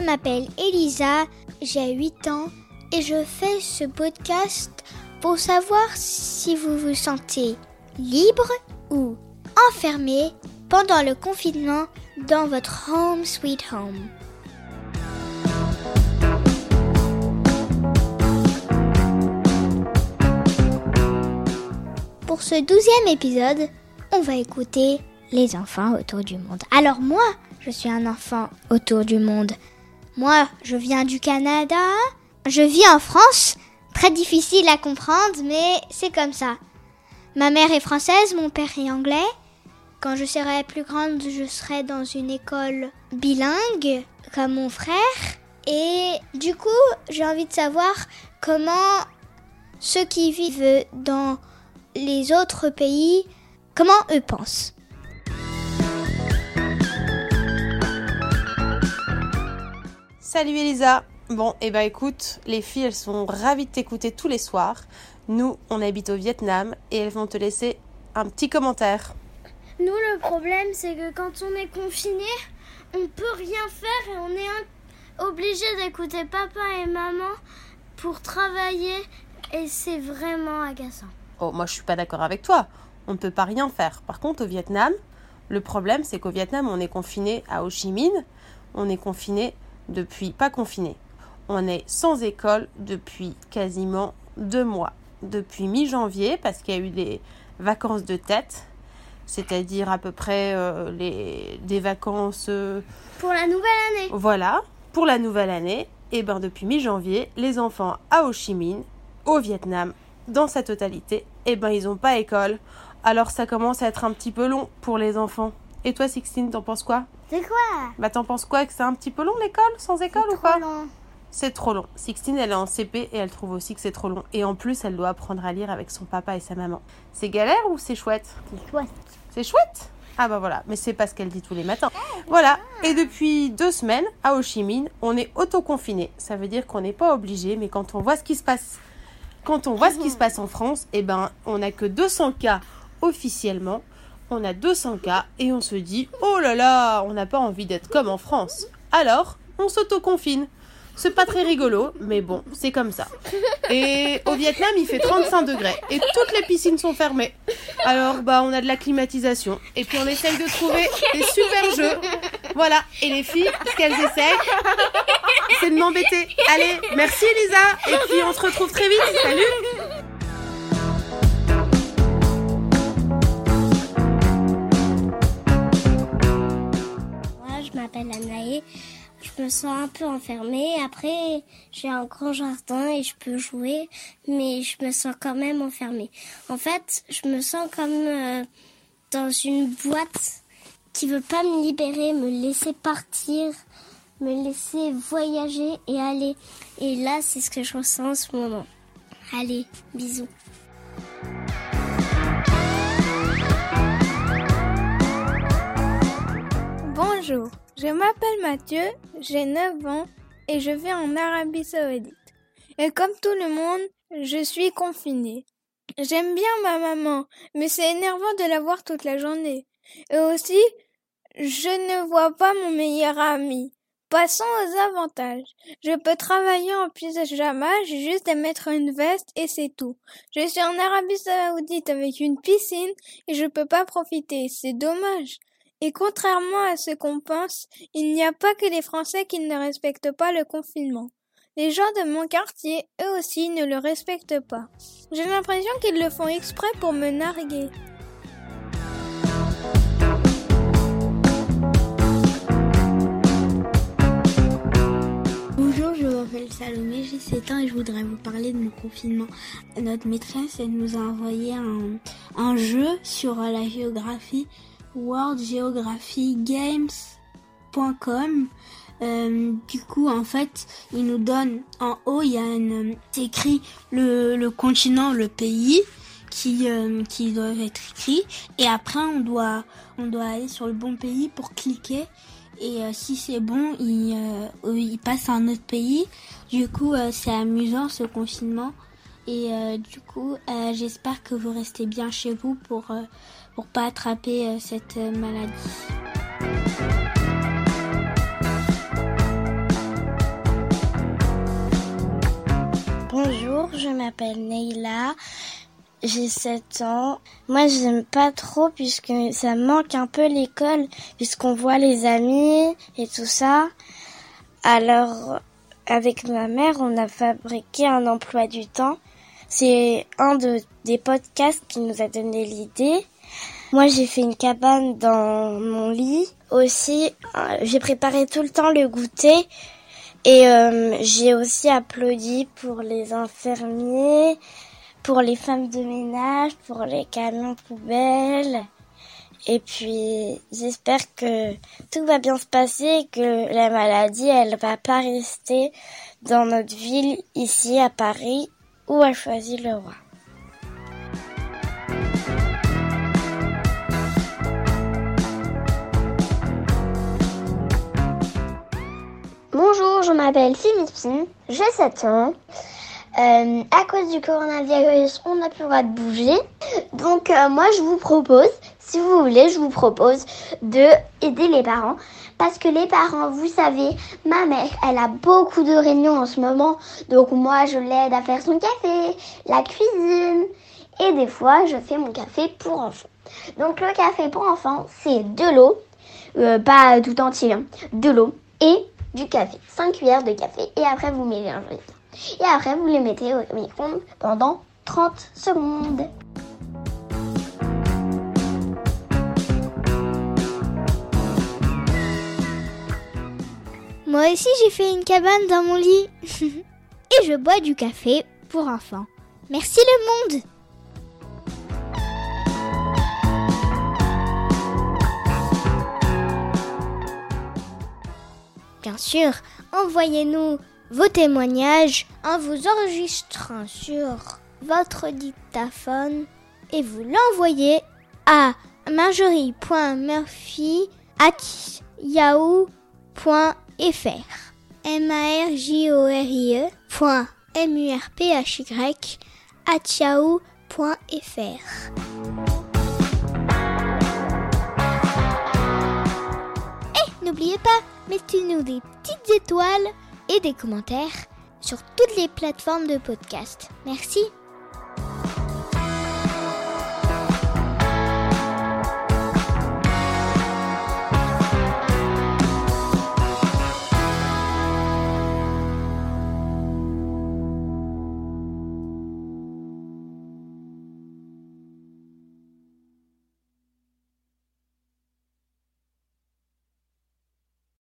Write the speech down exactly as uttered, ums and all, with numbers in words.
m'appelle Elisa, j'ai huit ans et je fais ce podcast pour savoir si vous vous sentez libre ou enfermé pendant le confinement dans votre home sweet home. Pour ce douzième épisode, on va écouter les enfants autour du monde. Alors moi, je suis un enfant autour du monde. Moi, je viens du Canada. Je vis en France. Très difficile à comprendre, mais c'est comme ça. Ma mère est française, mon père est anglais. Quand je serai plus grande, je serai dans une école bilingue, comme mon frère. Et du coup, j'ai envie de savoir comment ceux qui vivent dans les autres pays, comment eux pensent. Salut Elisa. Bon, et eh ben écoute, les filles, elles sont ravies de t'écouter tous les soirs. Nous, on habite au Vietnam et elles vont te laisser un petit commentaire. Nous, le problème, c'est que quand on est confiné, on peut rien faire et on est un... obligé d'écouter papa et maman pour travailler et c'est vraiment agaçant. Oh, moi je suis pas d'accord avec toi. On ne peut pas rien faire. Par contre, au Vietnam, le problème, c'est qu'au Vietnam, on est confiné à Ho Chi Minh. On est confiné depuis... Pas confiné. On est sans école depuis quasiment deux mois. Depuis mi-janvier, parce qu'il y a eu les vacances de tête. C'est-à-dire à peu près euh, les, des vacances... Euh, pour la nouvelle année. Voilà, pour la nouvelle année. Et bien depuis mi-janvier, les enfants à Ho Chi Minh, au Vietnam, dans sa totalité, et ben ils n'ont pas école. Alors ça commence à être un petit peu long pour les enfants. Et toi Sixtine, t'en penses quoi? C'est quoi? Bah t'en penses quoi, que c'est un petit peu long l'école, sans école c'est ou pas? long. C'est trop long. Sixtine, elle est en C P et elle trouve aussi que c'est trop long. Et en plus, elle doit apprendre à lire avec son papa et sa maman. C'est galère ou c'est chouette? C'est chouette. C'est chouette? Ah bah voilà, mais c'est pas ce qu'elle dit tous les matins. Voilà, et depuis deux semaines, à Ho Chi Minh, on est auto-confiné. Ça veut dire qu'on n'est pas obligé, mais quand on voit ce qui se passe... Quand on voit ce qui se passe en France, eh ben, on n'a que deux cents cas officiellement. On a deux cents cas et on se dit « Oh là là, on n'a pas envie d'être comme en France. » Alors, on s'auto-confine. C'est pas très rigolo, mais bon, c'est comme ça. Et au Vietnam, il fait trente-cinq degrés et toutes les piscines sont fermées. Alors, bah, on a de la climatisation. Et puis, on essaye de trouver des super jeux. Voilà. Et les filles, ce qu'elles essayent, c'est de m'embêter. Allez, merci Elisa. Et puis, on se retrouve très vite. Salut. Moi, je m'appelle Anaï. Je me sens un peu enfermée. Après, j'ai un grand jardin et je peux jouer, mais je me sens quand même enfermée. En fait, je me sens comme euh, dans une boîte qui veut pas me libérer, me laisser partir, me laisser voyager et aller. Et là, c'est ce que je ressens en ce moment. Allez, bisous. Bonjour. Je m'appelle Mathieu, j'ai neuf ans et je vis en Arabie Saoudite. Et comme tout le monde, je suis confinée. J'aime bien ma maman, mais c'est énervant de la voir toute la journée. Et aussi, je ne vois pas mon meilleur ami. Passons aux avantages. Je peux travailler en pyjama, j'ai juste à mettre une veste et c'est tout. Je suis en Arabie Saoudite avec une piscine et je peux pas profiter, c'est dommage. Et contrairement à ce qu'on pense, il n'y a pas que les Français qui ne respectent pas le confinement. Les gens de mon quartier, eux aussi, ne le respectent pas. J'ai l'impression qu'ils le font exprès pour me narguer. Bonjour, je m'appelle Salomé, j'ai sept ans et je voudrais vous parler de mon confinement. Notre maîtresse, elle nous a envoyé un, un jeu sur la géographie. world geography games point com. Euh, du coup, en fait, il nous donne en haut, il y a une, c'est écrit le, le continent, le pays qui euh, qui doivent être écrits. Et après, on doit on doit aller sur le bon pays pour cliquer. Et euh, si c'est bon, il euh, il passe à un autre pays. Du coup, euh, c'est amusant ce confinement. Et euh, du coup, euh, j'espère que vous restez bien chez vous pour euh, pour pas attraper euh, cette euh, maladie. Bonjour, je m'appelle Neila, j'ai sept ans. Moi, j'aime pas trop puisque ça me manque un peu l'école, puisqu'on voit les amis et tout ça. Alors, avec ma mère, on a fabriqué un emploi du temps. C'est un de, des podcasts qui nous a donné l'idée. Moi, j'ai fait une cabane dans mon lit. Aussi, euh, j'ai préparé tout le temps le goûter. Et euh, j'ai aussi applaudi pour les infirmiers, pour les femmes de ménage, pour les camions poubelles. Et puis, j'espère que tout va bien se passer et que la maladie, elle va pas rester dans notre ville, ici à Paris, où a choisi le roi. Bonjour, je m'appelle Philippine, j'ai sept ans. Euh, à cause du coronavirus, on n'a plus le droit de bouger. Donc euh, moi je vous propose, si vous voulez, je vous propose de aider les parents. Parce que les parents, vous savez, ma mère, elle a beaucoup de réunions en ce moment. Donc moi je l'aide à faire son café, la cuisine. Et des fois je fais mon café pour enfants. Donc le café pour enfants, c'est de l'eau, euh, pas tout entier, hein, de l'eau et du café. cinq cuillères de café et après vous mélangez. Et après, vous les mettez au micro-ondes pendant trente secondes. Moi aussi, j'ai fait une cabane dans mon lit. Et je bois du café pour enfants. Merci le monde! Bien sûr, envoyez-nous vos témoignages en vous enregistrant sur votre dictaphone et vous l'envoyez à marjorie point murphy arobase yahoo point fr m a r j o r i e point m u r p h y arobase yahoo point fr. Et n'oubliez pas, mettez-nous des petites étoiles et des commentaires sur toutes les plateformes de podcast. Merci.